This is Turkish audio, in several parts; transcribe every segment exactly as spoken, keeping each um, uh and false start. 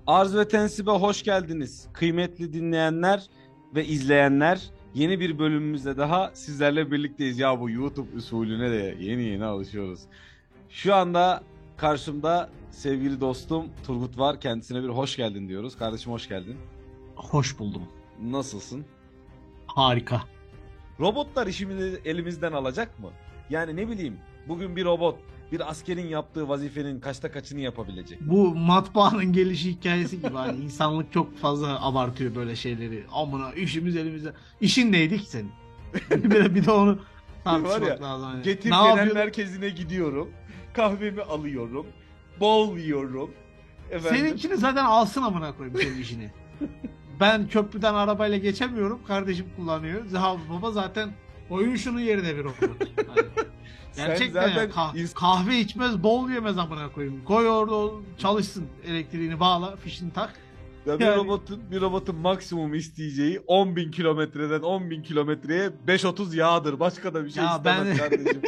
Arz ve Tensib'e hoş geldiniz. Kıymetli dinleyenler ve izleyenler, yeni bir bölümümüzde daha sizlerle birlikteyiz. Ya bu YouTube usulüne de yeni yeni alışıyoruz. Şu anda karşımda sevgili dostum Turgut var. Kendisine bir hoş geldin diyoruz. Kardeşim hoş geldin. Hoş buldum. Nasılsın? Harika. Robotlar işimizi elimizden alacak mı? Yani ne bileyim, bugün bir robot bir askerin yaptığı vazifenin kaçta kaçını yapabilecek? Bu matbaanın gelişi hikayesi gibi hani insanlık çok fazla abartıyor böyle şeyleri. Amına işimiz elimizde. İşin neydi ki senin? Bir de, bir de onu Var ya, tartışmak lazım. Hani. Getir Ne Genel yapıyordun? Merkezi'ne gidiyorum. Kahvemi alıyorum. Bol yiyorum. Efendim. Seninkini zaten alsın amına koyayım senin işini. Ben köprüden arabayla geçemiyorum. Kardeşim kullanıyor. Zaha baba zaten oyun şunun yerine bir robot. Hani Sen gerçekten ya zaten kah- ins- kahve içmez, bol yemez amına koyayım. Koy orada o çalışsın. Elektriğini bağla, fişini tak. ya bir Yani robotun bir robotun maksimum isteyeceği on bin kilometreden on bin kilometreye beş otuz yağdır. Başka da bir şey ya istemez ben kardeşim.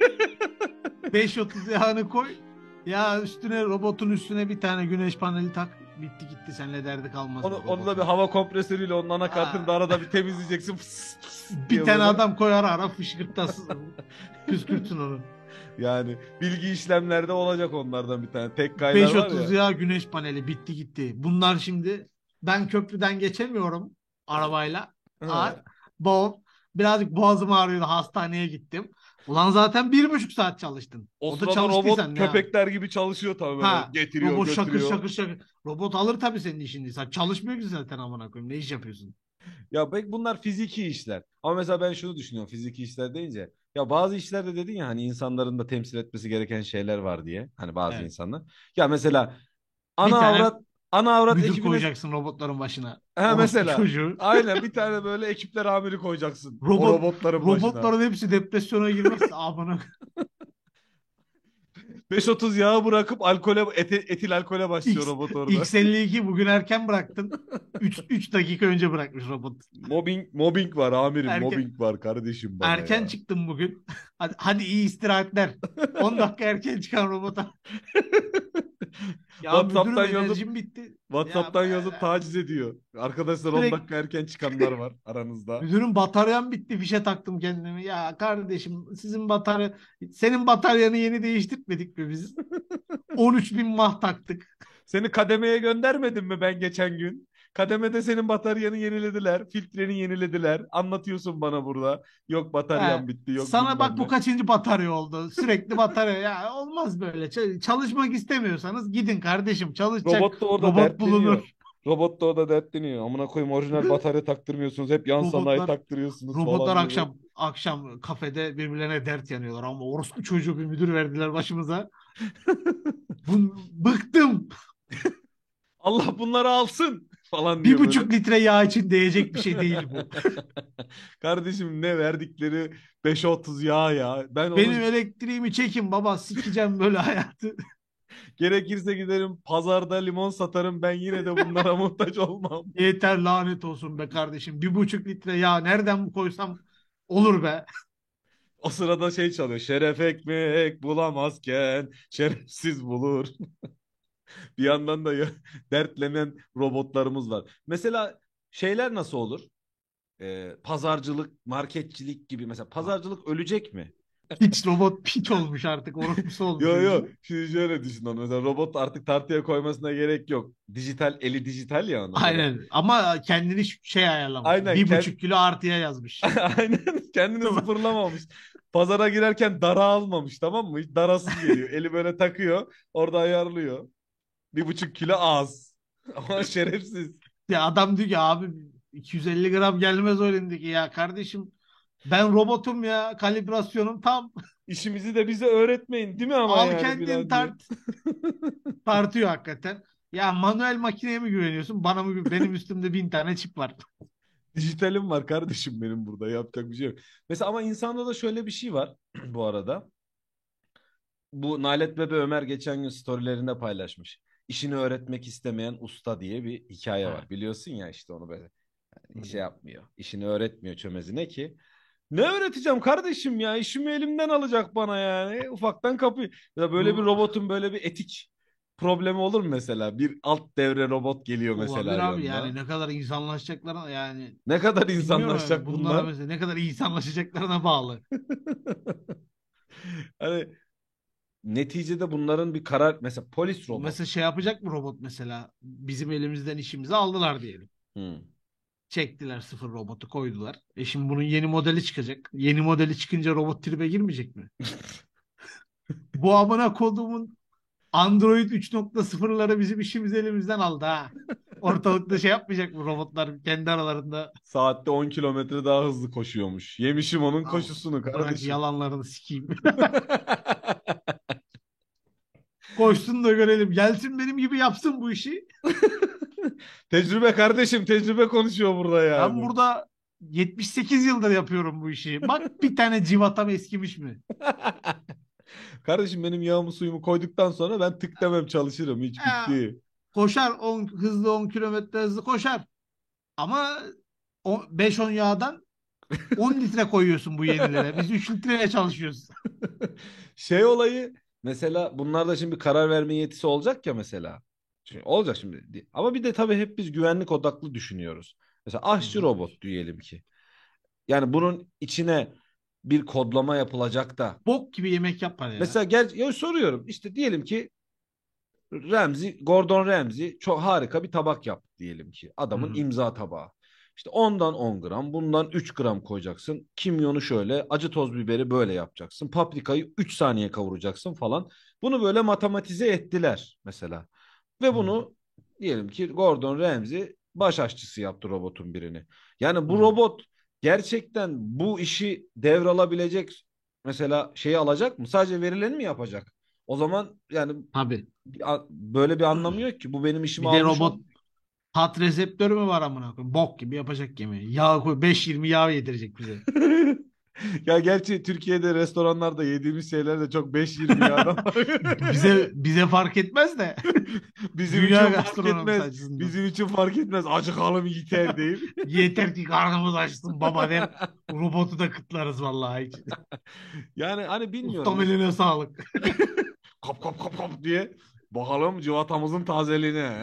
beş otuz yağını koy. Ya üstüne robotun üstüne bir tane güneş paneli tak. Bitti gitti seninle derdi kalmaz Onu, bu onu da bir robotun. hava kompresörüyle onun anakartını da Aa, arada bir temizleyeceksin. Fıs fıs bir diye tane böyle. adam koy ara ara fışkırtasın. Püskürtsün onu. Yani bilgi işlemlerde olacak onlardan bir tane. Tek kaynar var beş otuz ya. yağ güneş paneli bitti gitti. Bunlar şimdi ben köprüden geçemiyorum arabayla. Ağır. Ha. Boğum. Birazcık boğazım ağrıyordu hastaneye gittim. Ulan zaten bir buçuk saat çalıştın. O O da sırada robot çalıştıysan ya. köpekler gibi çalışıyor tabii, böyle Ha getiriyor robot şakır götürüyor. şakır şakır. Robot alır tabii senin işini. Sen çalışmıyor ki zaten amına koyayım. Ne iş yapıyorsun? Ya pek bunlar fiziki işler. Ama mesela ben şunu düşünüyorum fiziki işler deyince. Ya bazı işlerde dedin ya, hani insanların da temsil etmesi gereken şeyler var diye. Hani bazı Evet. insanlar. Ya mesela Bir ana tane avrat ana avrat müdür ekibine, koyacaksın robotların başına. ha Orospu mesela çocuğu. aynen bir tane böyle ekipler amiri koyacaksın o Robot robotların başına. robotların hepsi depresyona girmezse amına beş otuz yağı bırakıp alkole eti- etil alkole başlıyor X, robot orada. X elli iki bugün erken bıraktın. Üç üç dakika önce bırakmış robot. Mobbing mobbing var amirim, Erken mobbing var kardeşim bana erken ya. çıktım bugün. Hadi, hadi iyi istirahatler. On dakika erken çıkan robota. Ya müdürüm WhatsApp'tan yazıp enerjim bitti. Ya WhatsApp'tan yazıp e, taciz ediyor. Arkadaşlar on sürekli dakika erken çıkanlar var aranızda. müdürüm bataryam bitti fişe taktım kendimi. Ya kardeşim sizin batarya senin bataryanı yeni değiştirmedik mi biz? on üç bin mah taktık. Seni kademeye göndermedim mi ben geçen gün? Kademede senin bataryanı yenilediler, filtreni yenilediler. Anlatıyorsun bana burada. Yok He, bataryam bitti, yok sana bak bilmem bu ne. kaçıncı batarya oldu. Sürekli batarya. Ya olmaz böyle. Ç- çalışmak istemiyorsanız gidin kardeşim. Çalışacak Robot da orada robot dertleniyor. bulunur. Robot da orada dertleniyor. Amına koyayım, orijinal batarya taktırmıyorsunuz. Hep yan sanayi Robotlar taktırıyorsunuz robotlar falan diye böyle. akşam akşam kafede birbirlerine dert yanıyorlar ama orospu çocuğu bir müdür verdiler başımıza. Bu, bıktım. Allah bunları alsın falan Bir diyor böyle. buçuk litre yağ için değecek bir şey değil bu. Kardeşim ne verdikleri beş otuz yağ ya. Ben onu Benim elektriğimi çekin baba sikeceğim böyle hayatı. gerekirse giderim pazarda limon satarım. Ben yine de bunlara muhtaç olmam. Yeter lanet olsun be kardeşim. Bir buçuk litre yağ nereden koysam olur be. O sırada şey çalıyor. Şeref ekmek bulamazken şerefsiz bulur. Bir yandan da ya, dertlenen robotlarımız var. Mesela şeyler nasıl olur? Ee, pazarcılık, marketçilik gibi. Mesela pazarcılık ölecek mi? Hiç robot piç olmuş artık. Orospusu olmuş o Yo yo. işin. Şimdi şöyle düşün onu. Mesela robot artık tartıya koymasına gerek yok. Dijital, eli dijital ya onun böyle. Aynen. Ama kendini ş- şey ayarlamış. Aynen. Bir Kend... buçuk kilo artıya yazmış. Aynen. Kendini sıfırlamamış. Pazara girerken dara almamış, tamam mı? Hiç darasız geliyor. Eli böyle takıyor. Orada ayarlıyor. Bir buçuk kilo az. Ama şerefsiz. Ya adam diyor ki abi iki yüz elli gram gelmez o elindeki ya kardeşim. Ben robotum ya. Kalibrasyonum tam. İşimizi de bize öğretmeyin değil mi ama Al yani kendin falan diyor. tart. Tartıyor hakikaten. Ya manuel makineye mi güveniyorsun? Bana mı? gü- Benim üstümde bin tane çip var. Dijitalim var kardeşim benim burada. Yapacak bir şey yok. Mesela ama insanda da şöyle bir şey var bu arada. Bu Nalet Bebe Ömer geçen gün storylerinde paylaşmış. İşini öğretmek istemeyen usta diye bir hikaye Ha. var. Biliyorsun ya, işte onu böyle Hı. şey yapmıyor. İşini öğretmiyor çömezine ki. Ne öğreteceğim kardeşim ya? İşimi elimden alacak bana yani. Ufaktan kapıyı. Ya böyle bir Bu robotun böyle bir etik problemi olur mu mesela? Bir alt devre robot geliyor Olabilir mesela abi, yani yanına. ne kadar insanlaşacaklarına, yani Ne kadar bilmiyorum yani, insanlaşacak bunlara bunlar? mesela ne kadar insanlaşacaklarına bağlı. Hani neticede bunların bir karar, mesela polis robot. Mesela şey yapacak mı robot mesela? Bizim elimizden işimizi aldılar diyelim. Hmm. Çektiler, sıfır robotu koydular. E şimdi bunun yeni modeli çıkacak. Yeni modeli çıkınca robot tribe girmeyecek mi? Bu amına koduğumun Android üç nokta sıfırları bizim işimizi elimizden aldı ha. Ortalıkta şey yapmayacak mı robotlar kendi aralarında? Saatte on kilometre daha hızlı koşuyormuş. Yemişim onun Al, koşusunu bırak kardeşim. yalanlarını sikeyim. Koşsun da görelim. Gelsin benim gibi yapsın bu işi. Tecrübe kardeşim, tecrübe konuşuyor burada Ben yani. burada yetmiş sekiz yıldır yapıyorum bu işi. Bak bir tane civatam eskimiş mi? Kardeşim benim yağımı suyumu koyduktan sonra ben tık demem, çalışırım. Hiç Ya, bitti. koşar on, hızlı on kilometre hızlı koşar. Ama beş on yağdan on litre koyuyorsun bu yenilere. Biz üç litreye çalışıyoruz. Şey olayı, mesela bunlarda şimdi bir karar verme yetisi olacak ya mesela. Şimdi olacak şimdi. Ama bir de tabii hep biz güvenlik odaklı düşünüyoruz. Mesela Hı aşçı hı. robot diyelim ki. Yani bunun içine bir kodlama yapılacak da. Bok gibi yemek yapar ya. Mesela gel ya, soruyorum işte, diyelim ki Ramsey, Gordon Ramsay çok harika bir tabak yaptı diyelim ki. Hı Adamın hı. imza tabağı. İşte ondan on gram, bundan üç gram koyacaksın. Kimyonu şöyle, acı toz biberi böyle yapacaksın. Paprikayı üç saniye kavuracaksın falan. Bunu böyle matematize ettiler mesela. Ve Hı hı. bunu diyelim ki Gordon Ramsay baş aşçısı yaptı robotun birini. Yani Hı bu hı. robot gerçekten bu işi devralabilecek, mesela şeyi alacak mı? Sadece verileni mi yapacak? O zaman yani Tabii. bir a- böyle bir anlamı yok ki. Bu benim işimi Bir de almış ol. robot tat reseptörü mü var amına koyayım? Bok gibi yapacak yemeği. Yağ koy, beş yirmi yağ yedirecek bize. Ya gerçi Türkiye'de restoranlarda yediğimiz şeyler de çok beş yirmi yağdan. Bize bize fark etmez de Bizim dünya için fark gastronomisi etmez. açısından. Bizim için fark etmez. Acıkalım yeter deyip. Yeter ki karnımız açsın baba der. Robotu da kıtlarız vallahi hiç. Yani hani bilmiyorum. Ustam Mes- eline sağlık. Kap kap kap kap diye. Bakalım cıvatamızın tazeliğine.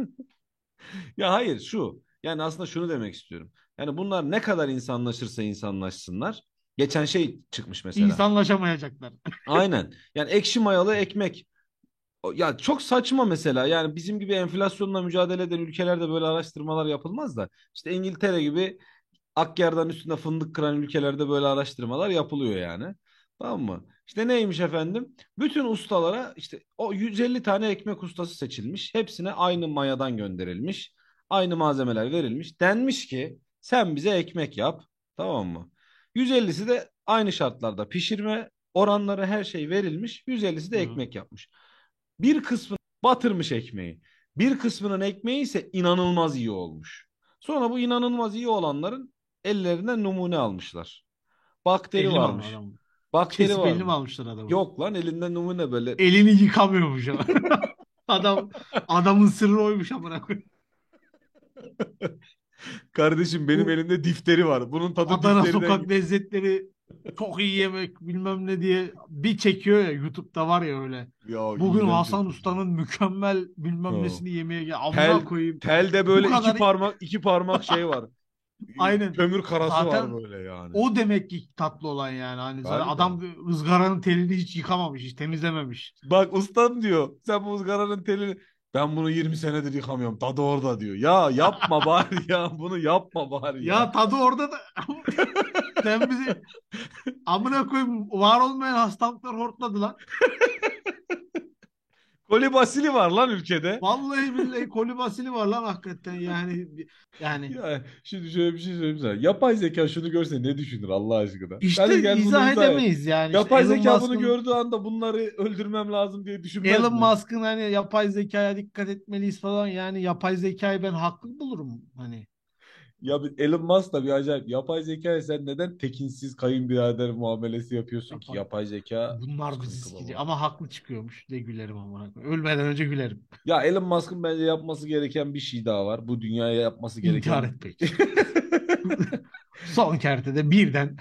Ya hayır, şu. Yani aslında şunu demek istiyorum. Yani bunlar ne kadar insanlaşırsa insanlaşsınlar. Geçen şey çıkmış mesela. İnsanlaşamayacaklar. Aynen. Yani ekşi mayalı ekmek. O- Ya çok saçma mesela. Yani bizim gibi enflasyonla mücadele eden ülkelerde böyle araştırmalar yapılmaz da. İşte İngiltere gibi Akyar'dan üstünde fındık kıran ülkelerde böyle araştırmalar yapılıyor yani. Tamam mı? İşte neymiş efendim? Bütün ustalara işte o yüz elli tane ekmek ustası seçilmiş. Hepsine aynı mayadan gönderilmiş. Aynı malzemeler verilmiş. Denmiş ki sen bize ekmek yap. Tamam mı? yüz ellisi de aynı şartlarda pişirme oranları, her şey verilmiş. yüz ellisi de Hı. ekmek yapmış. Bir kısmı batırmış ekmeği. Bir kısmının ekmeği ise inanılmaz iyi olmuş. Sonra bu inanılmaz iyi olanların ellerinden numune almışlar. Bakteri Elini mi almış varmış. adam? Bakteri Kesip elini mi varmış. almışlar adamı? Yok lan, elinden numune böyle. Elini yıkamıyormuş ama. Adam adamın sırrı oymuş amına koyayım. Kardeşim benim Bu elimde difteri var. Bunun tadı Adana difteriden. sokak lezzetleri çok iyi yemek bilmem ne diye bir çekiyor ya, YouTube'da var ya öyle. Ya Bugün iğrenç Hasan yapıyorsun. Usta'nın mükemmel bilmem Ha. nesini yemeye gel. Amına Tel koyayım. telde Bu böyle iki kadar parmak iki parmak şey var. aynen. Kömür karası var Zaten böyle yani. o demek ki tatlı olan yani. Hani zaten Galiba. adam ızgaranın telini hiç yıkamamış, hiç temizlememiş. Bak ustam diyor. Sen bu ızgaranın telini, ben bunu yirmi senedir yıkamıyorum. Tadı orada diyor. Ya yapma bari ya. Bunu yapma bari ya. Ya tadı orada da sen bizi amına koyayım, var olmayan hastalıklar hortladı lan. Kolibasili var lan ülkede. Vallahi billahi kolibasili var lan hakikaten yani yani Ya şimdi şöyle bir şey söyleyeyim sana. Yapay zeka şunu görse ne düşünür Allah aşkına? Hadi işte gel bunu izah izah et. edemeyiz yani işte Yapay Elon zeka bunu Musk'ın gördüğü anda bunları öldürmem lazım diye düşünmez Elon mi? Musk'ın hani yapay zekaya dikkat etmeliyiz falan, yani yapay zekayı ben haklı bulurum hani. Ya bir Elon Musk da bir acayip. Yapay zekaya sen neden tekinsiz kayınbirader muamelesi yapıyorsun ki? Yapay. Yapay zeka Bunlar bizi sıkıntı sikecek baba. ama haklı çıkıyormuş de gülerim amına koyayım. Ölmeden önce gülerim. Ya Elon Musk'ın bence yapması gereken bir şey daha var. Bu dünyaya yapması İntihar gereken. etmek. Son kertede birden.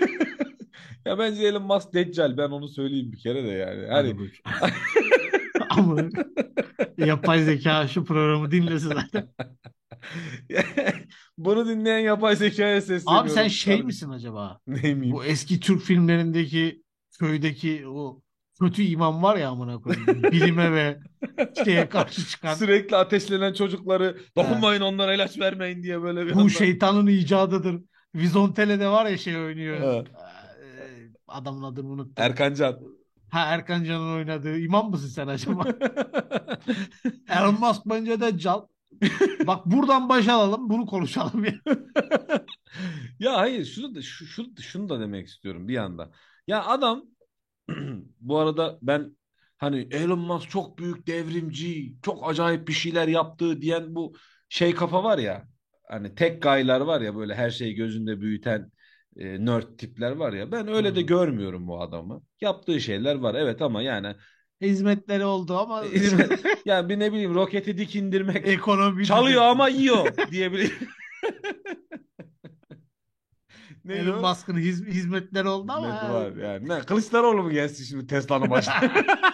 Ya bence Elon Musk deccal. Ben onu söyleyeyim bir kere de yani. Hadi Hani buyur. Ama yapay zeka şu programı dinlesin zaten. Bunu dinleyen yapay zekaya Abi sen sesleniyorum şey kardeşim. misin acaba? Bu Neyimiyim? eski Türk filmlerindeki köydeki o kötü imam var ya amına koyayım. Bilime ve şeye karşı çıkan. Sürekli ateşlenen çocukları He. dokunmayın, onlara ilaç vermeyin diye böyle bir Bu anda. şeytanın icadıdır. Vizontele'de var ya şey oynuyor. Ha. Ee, adamın adını unuttum. Erkan Can. Ha, Erkan Can'ın oynadığı imam mısın sen acaba? Elon Musk bence de can. Bak buradan baş alalım bunu konuşalım ya. Ya hayır, şunu da şu, şu, şunu da demek istiyorum bir yanda. Ya adam bu arada ben hani Elon Musk çok büyük devrimci, çok acayip bir şeyler yaptı diyen bu şey kafa var ya. Hani tek gaylar var ya, böyle her şeyi gözünde büyüten e, nerd tipler var ya. Ben öyle de Hmm. görmüyorum bu adamı. Yaptığı şeyler var evet, ama yani Hizmetleri oldu ama yani bir ne bileyim, roketi dik indirmek ekonomi çalıyor düzelt. ama yiyor diyebilirim. Neydi Elon o? Musk'ın hiz- hizmetleri oldu ama Hizmeti ha, var yani. Ne, Kılıçdaroğlu mu gelsin şimdi Tesla'nın başına?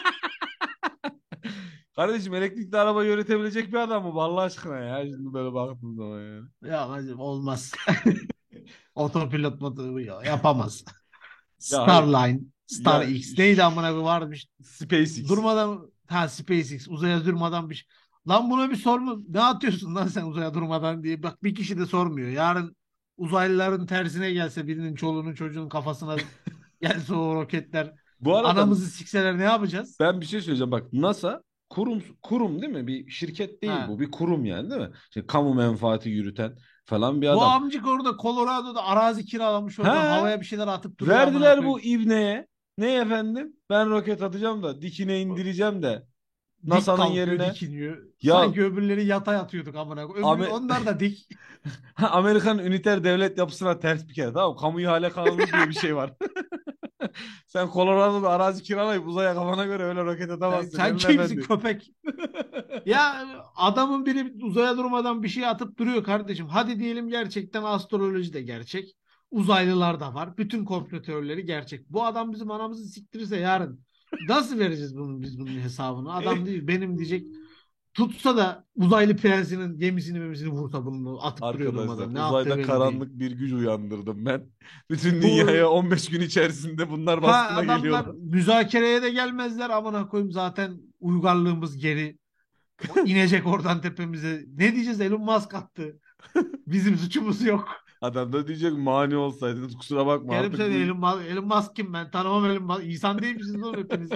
Kardeşim, elektrikli araba yönetebilecek bir adam mı bu Allah aşkına ya? Şimdi böyle baktığın zaman yani. ya hacım olmaz. Otopilot motoru yapamaz. Ya hayır. Starline, Ya StarX neydi amına ş- koyayım varmış. SpaceX. Durmadan ha SpaceX uzaya durmadan bir şey. Lan buna bir sorma. Ne atıyorsun lan sen uzaya durmadan diye. Bak bir kişi de sormuyor. Yarın uzaylıların tersine gelse birinin çoluğunun çocuğunun kafasına gelse o roketler Bu arada anamızı sikseler ne yapacağız? ben bir şey söyleyeceğim. Bak, NASA kurum kurum değil mi? Bir şirket değil Ha. bu. Bir kurum yani, değil mi? İşte kamu menfaati yürüten falan bir Bu adam. amcık orada Colorado'da arazi kiralamış oradan Ha, havaya bir şeyler atıp duruyor amına verdiler bu koyayım. ibneye. Ne efendim? Ben roket atacağım da dikine indireceğim de Dik NASA'nın kalkıyor, yerine. dikiniyor. Ya Sanki öbürleri yatay atıyorduk amına koyayım. Öbür, Amer onlar da dik. Amerikan üniter devlet yapısına ters bir kere, tamam mı? Kamu ihale kanunu diye bir şey var. Sen Colorado'da arazi kiralayıp uzaya kafana göre öyle roket Sen, atamazsın sen Elin kimsin Efendi. köpek? Ya adamın biri uzaya durmadan bir şey atıp duruyor kardeşim. Hadi diyelim gerçekten astroloji de gerçek. Uzaylılar da var. Bütün komplo teorileri gerçek. Bu adam bizim anamızı siktirirse yarın nasıl vereceğiz bunun biz bunun hesabını? Adam değil benim diyecek. Tutsa da uzaylı prensinin gemisini memisini vursa bunu atıp duruyor Arkadaşlar, durmadan. Ne yaptığı uzayda belli değil. karanlık bir güç uyandırdım ben. Bütün Bu dünyaya on beş gün içerisinde bunlar ha baskına adamlar geliyorlar. müzakereye de gelmezler amına koyayım zaten uygarlığımız geri. O inecek oradan tepemize. Ne diyeceğiz? Elon Musk attı. Bizim suçumuz yok. Adam da diyecek mani olsaydınız kusura bakma Gelip artık sen bu. Elon Musk, Elon Musk kim ben? Tanımam Elon Musk. İnsan değil misiniz oğlum hepiniz?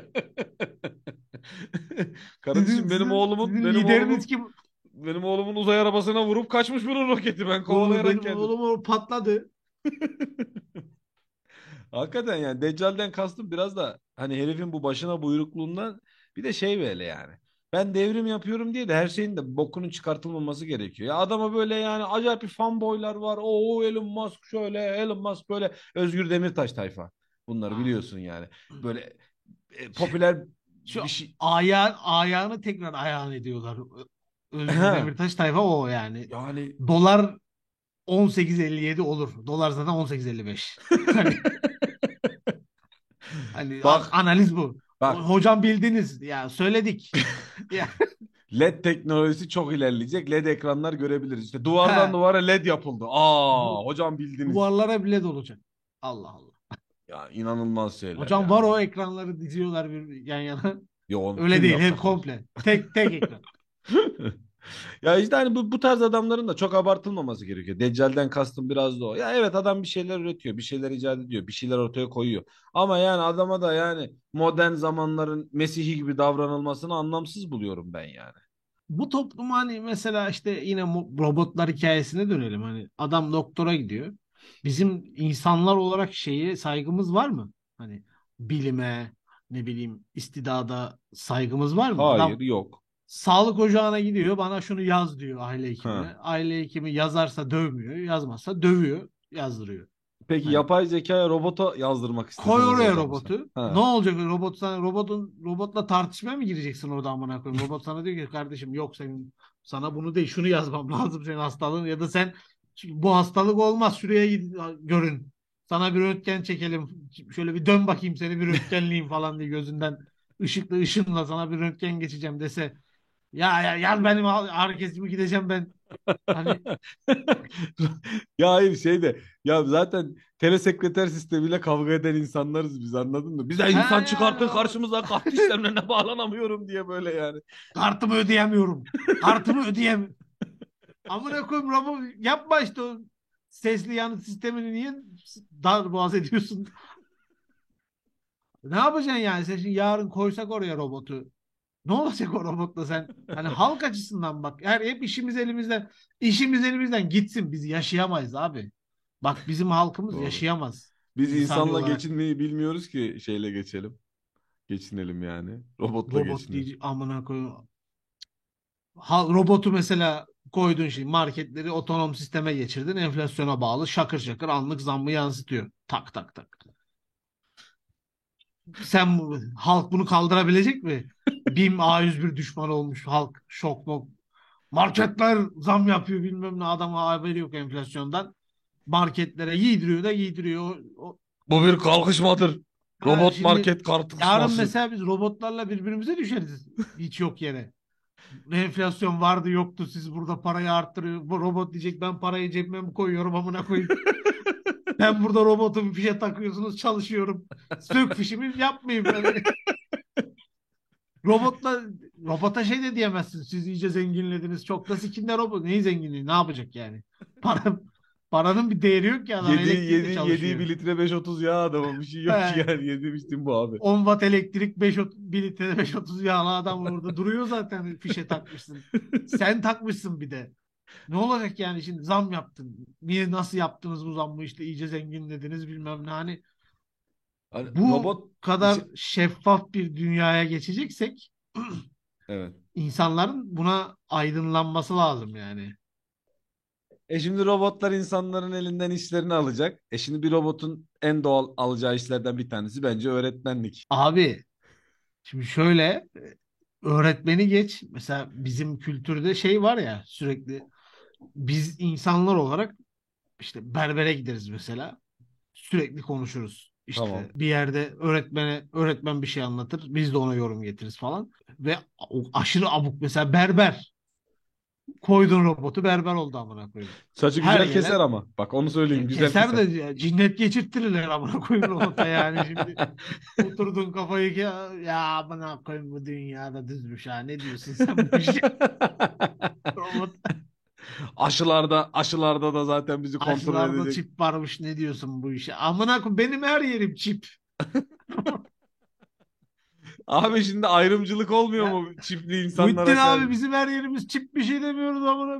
Sizin, Kardeşim, benim sizin, oğlumun sizin benim lideriniz oğlumun kim? benim oğlumun uzay arabasına vurup kaçmış bunun roketi, ben Oğlum kovalayarak benim geldim. oğlum o patladı. Hakikaten yani Deccal'den kastım biraz da hani herifin bu başına buyrukluğundan, bir de şey böyle yani. Ben devrim yapıyorum diye de her şeyin de bokunun çıkartılmaması gerekiyor. Ya adama böyle yani acayip bir fanboylar var. O Elon Musk şöyle, Elon Musk böyle. Özgür Demirtaş tayfa. Bunları Ah. biliyorsun yani. Böyle e, popüler Şu bir şey. ayağı, ayağını tekrar ayağını ediyorlar. Özgür Demirtaş tayfa o yani. Yani Dolar on sekiz elli yedi olur. Dolar zaten on sekiz elli beş. Hani hani a- bak analiz bu. O- bak Hocam bildiniz. Ya söyledik. Ya LED teknolojisi çok ilerleyecek. LED ekranlar görebiliriz. İşte duvardan he, duvara LED yapıldı. Aa, du- hocam bildiniz. duvarlara bile dolacak. Allah Allah. Ya inanılmaz şeyler Hocam var yani. o ekranları diziyorlar bir yan yana. Ya onu Öyle kim değil. Hep yapacaklar? komple. Tek tek ekran. Ya işte hani bu, bu tarz adamların da çok abartılmaması gerekiyor. Deccal'den kastım biraz da o. Ya evet, adam bir şeyler üretiyor, bir şeyler icat ediyor, bir şeyler ortaya koyuyor. Ama yani adama da yani modern zamanların Mesih'i gibi davranılmasını anlamsız buluyorum ben yani. Bu toplum hani mesela işte yine mo- robotlar hikayesine dönelim. Hani adam doktora gidiyor. Bizim insanlar olarak şeye saygımız var mı? Hani bilime, ne bileyim istidada saygımız var mı? Hayır, Adam yok. sağlık ocağına gidiyor. Bana şunu yaz diyor aile Ha. hekimine. Aile hekimi yazarsa dövmüyor, yazmazsa dövüyor, yazdırıyor. Peki Hani yapay zekaya robota yazdırmak koy isteseniz oraya hocam mesela. robotu. Ne Ha. olacak robot sana robotun robotla tartışmaya mı gireceksin orada amına koyayım? Robot sana diyor ki kardeşim yok senin sana bunu değil şunu yazmam lazım senin hastalığın ya da sen bu hastalık olmaz şuraya gidin görün. Sana bir röntgen çekelim. Şöyle bir dön bakayım seni bir röntgenleyeyim falan diye gözünden. ışıklı ışınla sana bir röntgen geçeceğim dese, ya ya gel benim ağrı kesimi gideceğim ben. Hani Ya hayır şey de ya zaten telesekreter sistemiyle kavga eden insanlarız biz, anladın mı? Bize he insan yani çıkartın o, karşımıza, kart işlemlerine bağlanamıyorum diye böyle yani. kartımı ödeyemiyorum. Kartımı ödeyemiyorum. Amına koyayım robot yapma işte o sesli yanıt sistemini niye darboğaz ediyorsun? Ne yapacaksın yani? Sen şimdi yarın koysak oraya robotu. Ne olacak o robotla sen? Hani halk açısından bak. Her hep işimiz elimizden. İşimiz elimizden gitsin. Biz yaşayamayız abi. Bak bizim halkımız Doğru. yaşayamaz. Biz İnsani insanla olarak. geçinmeyi bilmiyoruz ki şeyle geçelim. Geçinelim yani. Robotla Robot geçinelim. diye amına koyayım. Ha, robotu mesela koydun şimdi marketleri otonom sisteme geçirdin. Enflasyona bağlı şakır şakır anlık zammı yansıtıyor. Tak tak tak. Sen bu- halk bunu kaldırabilecek mi? BİM A yüz bir düşman olmuş halk şok mok. Marketler zam yapıyor bilmem ne adama haberi yok enflasyondan. Marketlere giydiriyor da giydiriyor. O, o- Bu bir kalkışmadır. ha, Robot şimdi market yarın kalkışması. mesela biz robotlarla birbirimize düşeriz. Hiç yok yere. Enflasyon vardı yoktu siz burada parayı arttırıyor. Bu robot diyecek ben parayı cebime mi koyuyorum amına koyayım. Ben burada robotu bir fişe takıyorsunuz çalışıyorum. Sök fişimi yapmayayım. Yani robotla robota şey de diyemezsin. Siz iyice zenginlediniz. Çok da sikinde robot. Neyi zenginliği? Ne yapacak yani? Para, paranın bir değeri yok ki adam Yedi, elektrikle yedi, yedi çalışıyor. bir litre beş otuz yağ adamın bir şey yok ki He, yani, yedi içtim bu abi. on watt elektrik beş, bir litre beş otuz yağlı adam orada duruyor zaten fişe takmışsın. Sen takmışsın bir de. Ne olacak yani şimdi zam yaptın. Niye nasıl yaptınız bu zammı işte iyice zenginlediniz bilmem ne. Hani Hani bu robot kadar işi... şeffaf bir dünyaya geçeceksek Evet. insanların buna aydınlanması lazım yani. E şimdi robotlar insanların elinden işlerini alacak. E şimdi bir robotun en doğal alacağı işlerden bir tanesi bence öğretmenlik. Abi şimdi şöyle öğretmeni geç. Mesela bizim kültürde şey var ya sürekli biz insanlar olarak işte berbere gideriz mesela. Sürekli konuşuruz. İşte Tamam. bir yerde öğretmene öğretmen bir şey anlatır. Biz de ona yorum getiririz falan. Ve o aşırı abuk mesela berber. Koydun robotu berber oldu amına koyayım. Saçı Her güzel keser gelen ama. Bak onu söyleyeyim, ke- güzel keser keser. de ya, cinnet geçirttirirler amına koyayım robota yani şimdi. Oturdun kafayı ki ya amına koyayım bu dünyada düzmüş ha ne diyorsun sen bu işe robot Aşılarda aşılarda da zaten bizi kontrol aşılarda edecek. çip varmış ne diyorsun bu işe amına koyayım benim her yerim çip Abi şimdi ayrımcılık olmuyor ya mu çiftli Muhittin insanlara abi karşı? bizim her yerimiz çip bir şey demiyoruz amına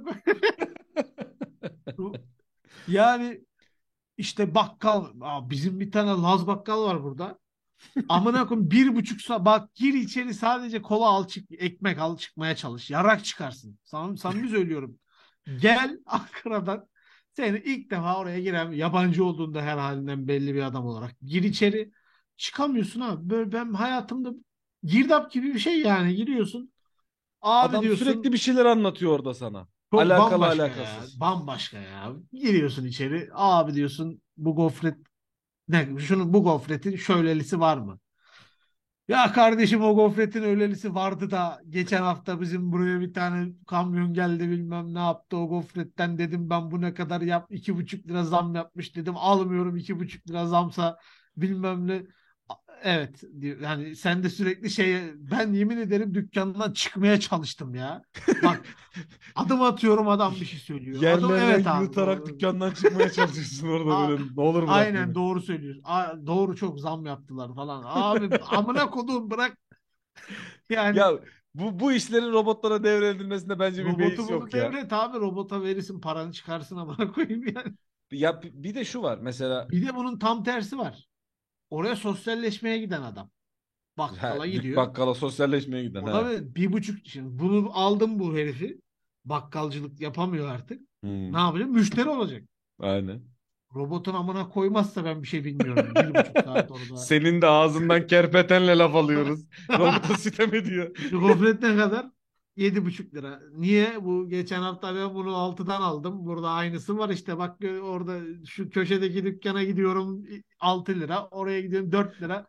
koyayım. Yani işte bakkal Aa, bizim bir tane Laz bakkal var burada. Amına koyayım bir buçuk saat bak gir içeri sadece kola al çık ekmek al çıkmaya çalış. Yarak çıkarsın. Sam samimi söylüyorum. Gel Ankara'dan seni ilk defa oraya giren yabancı olduğunda her halinden belli bir adam olarak gir içeri çıkamıyorsun abi. Böyle ben hayatımda girdap gibi bir şey yani giriyorsun. Abi Adam sürekli diyorsun bir şeyler anlatıyor orada sana. çok Alakalı bambaşka ya. alakasız. Bambaşka ya. Giriyorsun içeri. Abi diyorsun bu gofret ne? Şunu bu gofretin şöylelisi var mı? Ya kardeşim o gofretin öylelisi vardı da geçen hafta bizim buraya bir tane kamyon geldi bilmem ne yaptı o gofretten dedim ben bu ne kadar yap iki buçuk lira zam yapmış dedim almıyorum iki buçuk lira zamsa bilmem ne. Evet diyor. Yani sen de sürekli şey ben yemin ederim dükkandan çıkmaya çalıştım ya. Bak adım atıyorum adam bir şey söylüyor. Adım Yerlerden evet abi yutarak doğru. dükkandan çıkmaya çalışıyorsun orada A- böyle. Ne olur bırak Aynen beni. doğru söylüyorsun. A- doğru çok zam yaptılar falan. Abi amına kodum bırak. Yani Ya bu bu işlerin robotlara devredilmesinde bence bir robotu beis bunu yok ya. devret abi. Robota verirsin paranı çıkarsın amına koyayım yani. Ya bir de şu var mesela, Bir de bunun tam tersi var. Oraya sosyalleşmeye giden adam. ha, Bakkala dük gidiyor. bakkala sosyalleşmeye giden Orada ha. ve bir buçuk şimdi bunu aldım bu herifi. Bakkalcılık yapamıyor artık. Ne Hmm, yapacak? Müşteri olacak. aynen. Robotun amına koymazsa ben bir şey bilmiyorum. Bir buçuk saat orada. Senin de ağzından kerpetenle laf alıyoruz. Robota sitem ediyor. Şu gofret ne kadar? Yedi buçuk lira. Niye? Bu geçen hafta ben bunu altıdan aldım. Burada aynısı var işte. Bak orada şu köşedeki dükkana gidiyorum altı lira. Oraya gidiyorum dört lira.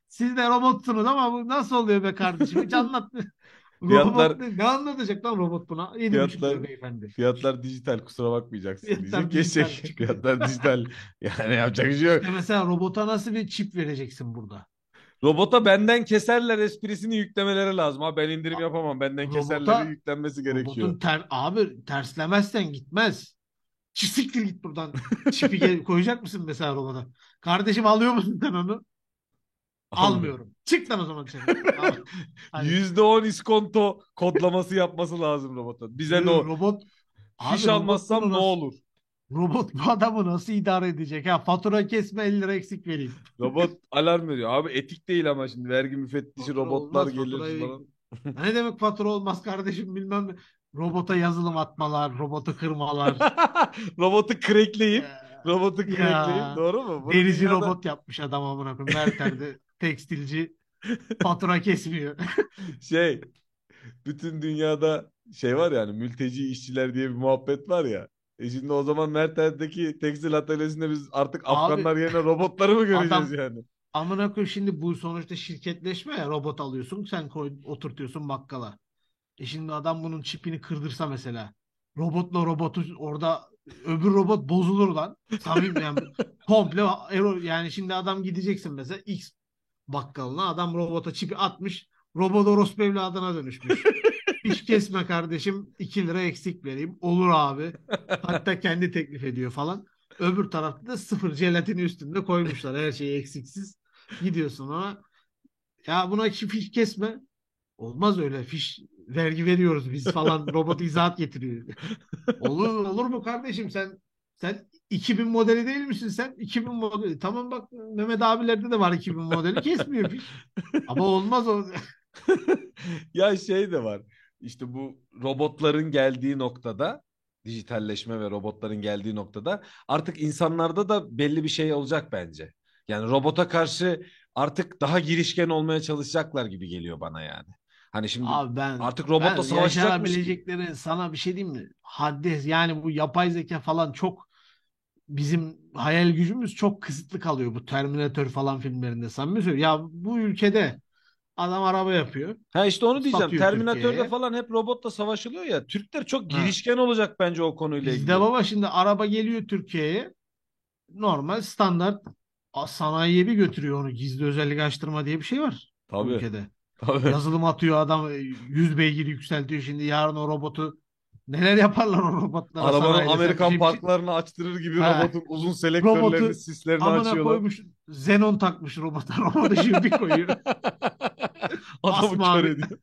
Siz de robotsunuz ama bu nasıl oluyor be kardeşim? Hiç anlat. Fiyatlar Robot ne, ne anlatacak lan robot buna? Yedi buçuk fiyatlar lira beyefendi. fiyatlar dijital, kusura bakmayacaksın diyecek. Fiyatlar dijital Geçecek. çıkıyor. Fiyatlar dijital. Yani yapacak bir şey yok. İşte mesela robota nasıl bir çip vereceksin burada? Robota benden keserler esprisini yüklemeleri lazım. Ha, ben indirim A- yapamam. Benden keserleri Robota yüklenmesi robotun gerekiyor. ter abi terslemezsen gitmez. Çi- Siktir git buradan. Çipi gel- koyacak mısın mesela robota? Kardeşim alıyor musun sen onu? Almıyorum. Almıyorum. Çık lan o zaman dışarı. Al. Hani yüzde on iskonto kodlaması yapması lazım robotun. Bize e, no. robot Fiş abi robot bunu almazsam ne nasıl olur? robot bu adamı nasıl idare edecek? Ha fatura kesme elli lira eksik vereyim. Robot alarm veriyor. Abi etik değil ama şimdi vergi müfettişi Fatura robotlar olmaz gelir faturayı. falan. Ne demek fatura olmaz kardeşim bilmem ne. Robota yazılım atmalar, robotu kırmalar. Robotu crackleyip Ya, robotu crackleyip ya doğru mu? Bunu derici dünyada robot yapmış adam amına koyayım. Merter'de tekstilci fatura kesmiyor. şey, bütün dünyada şey var yani, mülteci işçiler diye bir muhabbet var ya. E şimdi o zaman Merter'deki tekstil atölyesinde biz artık Abi Afganlar yerine robotları mı göreceğiz adam yani? amına koyayım şimdi bu sonuçta şirketleşme ya robot alıyorsun sen koy oturtuyorsun bakkala. E şimdi adam bunun çipini kırdırsa mesela robotla robotu orada öbür robot bozulur lan. Samim yani komple error yani şimdi adam gideceksin mesela X bakkalına adam robota çipi atmış robot orospu evladına dönüşmüş. Fiş kesme kardeşim iki lira eksik vereyim. Olur abi. Hatta kendi teklif ediyor falan. Öbür tarafta da sıfır jelatini üstünde koymuşlar. Her şeyi eksiksiz. Gidiyorsun ona. Ya buna fiş kesme. Olmaz öyle. Fiş vergi veriyoruz biz falan. Robot izahat getiriyor. Olur, olur mu kardeşim sen sen iki bin modeli değil misin sen? iki bin modeli. Tamam bak Mehmet abilerde de var iki bin modeli. Kesmiyor fiş. Ama olmaz o. Ya şey de var. İşte bu robotların geldiği noktada, dijitalleşme ve robotların geldiği noktada artık insanlarda da belli bir şey olacak bence. Yani robota karşı artık daha girişken olmaya çalışacaklar gibi geliyor bana yani. Hani şimdi Abi ben artık robotla ben savaşacakmış gibi. yaşanabileceklerin sana bir şey diyeyim mi? Haddi yani bu yapay zeka falan çok bizim hayal gücümüz çok kısıtlı kalıyor bu Terminator falan filmlerinde. Samimi söylüyorum. Ya bu ülkede adam araba yapıyor. Ha işte onu diyeceğim. Satıyor Terminatör'de Türkiye'ye. falan hep robotla savaşılıyor ya. Türkler çok Ha. girişken olacak bence o konuyla Bizde ilgili. baba şimdi araba geliyor Türkiye'ye. Normal standart a- sanayiye bir götürüyor onu. Gizli özellik açtırma diye bir şey var bu Tabii. ülkede. Tabii. Yazılım atıyor adam e, yüz beygir yükseltiyor. Şimdi yarın o robotu neler yaparlar o robotlara Arabanın sanayide sen bir Amerikan şey bir şey. parklarını açtırır gibi Ha, robotun uzun selektörlerini, robotu sislerini amına açıyorlar. koymuş Xenon takmış robota. Robot ışığı bir koyuyor. Adamı kör Masmavi. ediyor.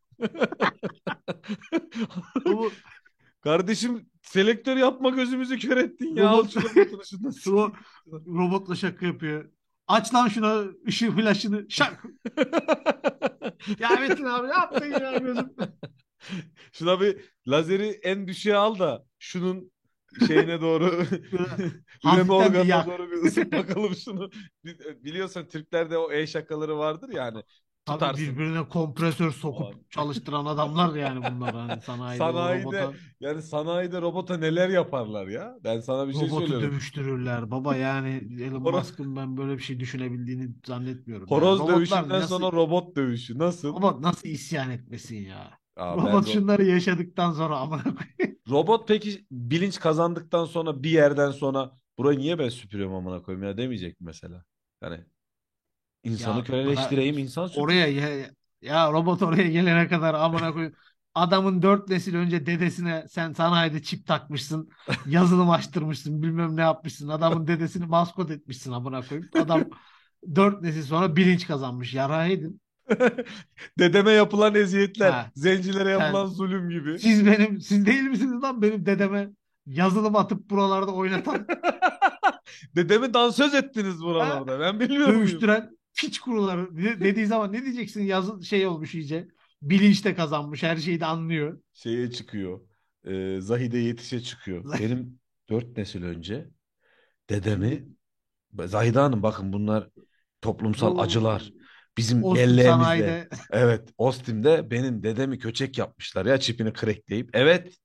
Robot, Kardeşim selektör yapma, gözümüzü kör ettin ya. Al robot, şu robotunu şundan ro- sikeyim. robotla şaka yapıyor. Aç lan şuna ışığı flaşını. Şak. Ya Metin abi ne yaptın ya gözüm. Şuna bir lazeri en düşüğe al da şunun şeyine doğru Şöyle üreme hafiften bir organına yak. doğru bir ısıt bakalım şunu. Bi- Biliyorsun Türklerde o el şakaları vardır yani. Tabii Tutarsın. birbirine kompresör Falan. sokup çalıştıran adamlar yani bunlar hani sanayide o Sanayide, robota yani sanayide robota neler yaparlar ya. Ben sana bir şey robotu söylüyorum. dövüştürürler. Baba yani Elon Horo- Musk'ın ben böyle bir şey düşünebildiğini zannetmiyorum. Yani Horoz robotlar dövüşünden nasıl sonra robot dövüşü nasıl? robot nasıl isyan etmesin ya? Aa, ben Robot ro- şunları yaşadıktan sonra amına koyayım. robot peki bilinç kazandıktan sonra bir yerden sonra burayı niye ben süpürüyorum amına koyayım ya demeyecek mi mesela? Yani insanı Ya bırak köleleştireyim, insan oraya süpürsün. ya, ya robot oraya gelene kadar amına koyayım. Adamın dört nesil önce dedesine sen sanayide çip takmışsın. Yazılım açtırmışsın. Bilmem ne yapmışsın. Adamın dedesini maskot etmişsin amına koyayım. Adam dört nesil sonra bilinç kazanmış. Yaraydın. Dedeme yapılan eziyetler, Ha, zencilere yapılan sen zulüm gibi. siz benim siz değil misiniz lan benim dedeme yazılım atıp buralarda oynatan Dedemi dansöz ettiniz ha? buralarda. Ben bilmiyor muyum? Dövüştüren piç kuruları de- dediği zaman ne diyeceksin? Yazı şey olmuş iyice. Bilinç de kazanmış. Her şeyi de anlıyor. Şeye çıkıyor. E, Zahide Yetiş'e çıkıyor. Benim dört nesil önce dedemi, Şimdi Zahide Hanım bakın bunlar toplumsal bu acılar. Bizim Ostim belleğimizde. sanayide Evet, Ostim'de benim dedemi köçek yapmışlar ya, çipini crackleyip. Evet,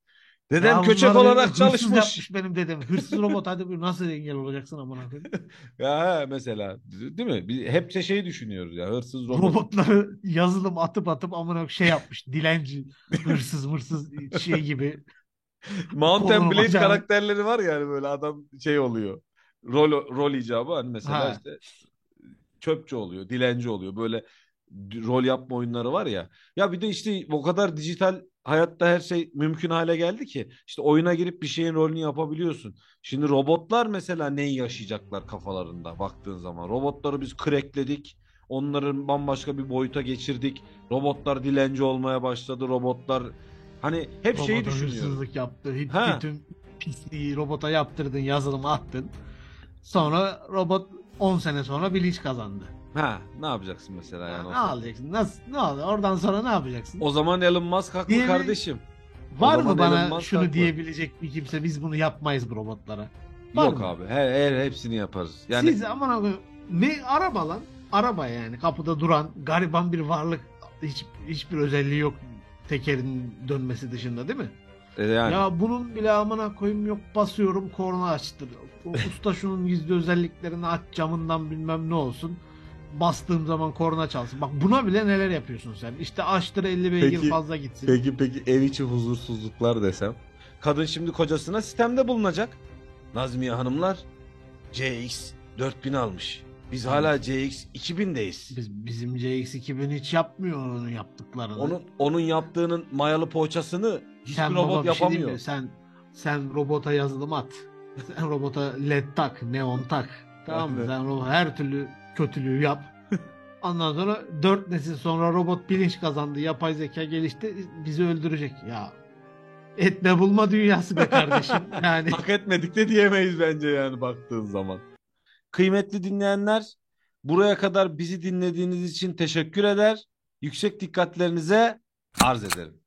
Dedem Ya köçek bunlar beni olarak hırsız çalışmış. yapmış benim dedem. Hırsız robot, hadi bu nasıl engel olacaksın amına koyayım? Ya he, mesela değil mi? Biz hep de şeyi düşünüyoruz ya, hırsız robot. Robotları yazılım atıp atıp amına koyayım şey yapmış. Dilenci, hırsız mırsız şey gibi Mountain kolunu Blade bacağını. karakterleri var yani, böyle adam şey oluyor. Rol rol icabı, hani mesela Ha. işte çöpçü oluyor, dilenci oluyor. Böyle d- rol yapma oyunları var ya. Ya bir de işte o kadar dijital hayatta her şey mümkün hale geldi ki işte oyuna girip bir şeyin rolünü yapabiliyorsun. Şimdi robotlar mesela neyi yaşayacaklar kafalarında baktığın zaman. Robotları biz crackledik. Onları bambaşka bir boyuta geçirdik. Robotlar dilenci olmaya başladı. Robotlar, hani hep şeyi Robota düşünüyorum. hırsızlık yaptı. Hep Ha, bütün pisliği robota yaptırdın, yazılımı attın. Sonra robot on sene sonra bilinç kazandı. ha, ne yapacaksın mesela Ya yani o ne saatte? alacaksın? Nasıl? Ne oluyor? Oradan sonra ne yapacaksın? O zaman Elon Musk haklı Diye bir, kardeşim. O var mı zaman Elon bana Musk şunu haklı. diyebilecek bir kimse, biz bunu yapmayız bu robotlara? Var Yok mı? abi. Her, her hepsini yaparız. Yani Siz aman abi, ne araba lan? Araba yani kapıda duran gariban bir varlık. Hiç, hiçbir özelliği yok tekerin dönmesi dışında, değil mi? e, yani Ya bunun bile amına koyayım yok, basıyorum korna açtır. O usta şunun gizli özelliklerini aç, camından bilmem ne olsun. Bastığım zaman korna çalsın. Bak buna bile neler yapıyorsun sen. İşte açtır elli beygir peki fazla gitsin. peki peki ev içi huzursuzluklar desem. Kadın şimdi kocasına sistemde bulunacak. Nazmiye hanımlar C X dört bin almış. Biz Yani hala C X iki bindeyiz. biz, bizim C X iki bin hiç yapmıyor onun yaptıklarını. Onun onun yaptığının mayalı poğaçasını hiçbir Sen robot baba bir şey diyeyim yapamıyor. mi? Sen sen robota yazılım at. Sen robota led tak, neon tak. Tamam mı? Aynen. Sen robota her türlü kötülüğü yap. Ondan sonra dört nesil sonra robot bilinç kazandı. Yapay zeka gelişti. Bizi öldürecek. Ya etme bulma dünyası be kardeşim. Yani Hak etmedik de diyemeyiz bence yani baktığın zaman. Kıymetli dinleyenler, buraya kadar bizi dinlediğiniz için teşekkür eder. Yüksek dikkatlerinize arz ederim.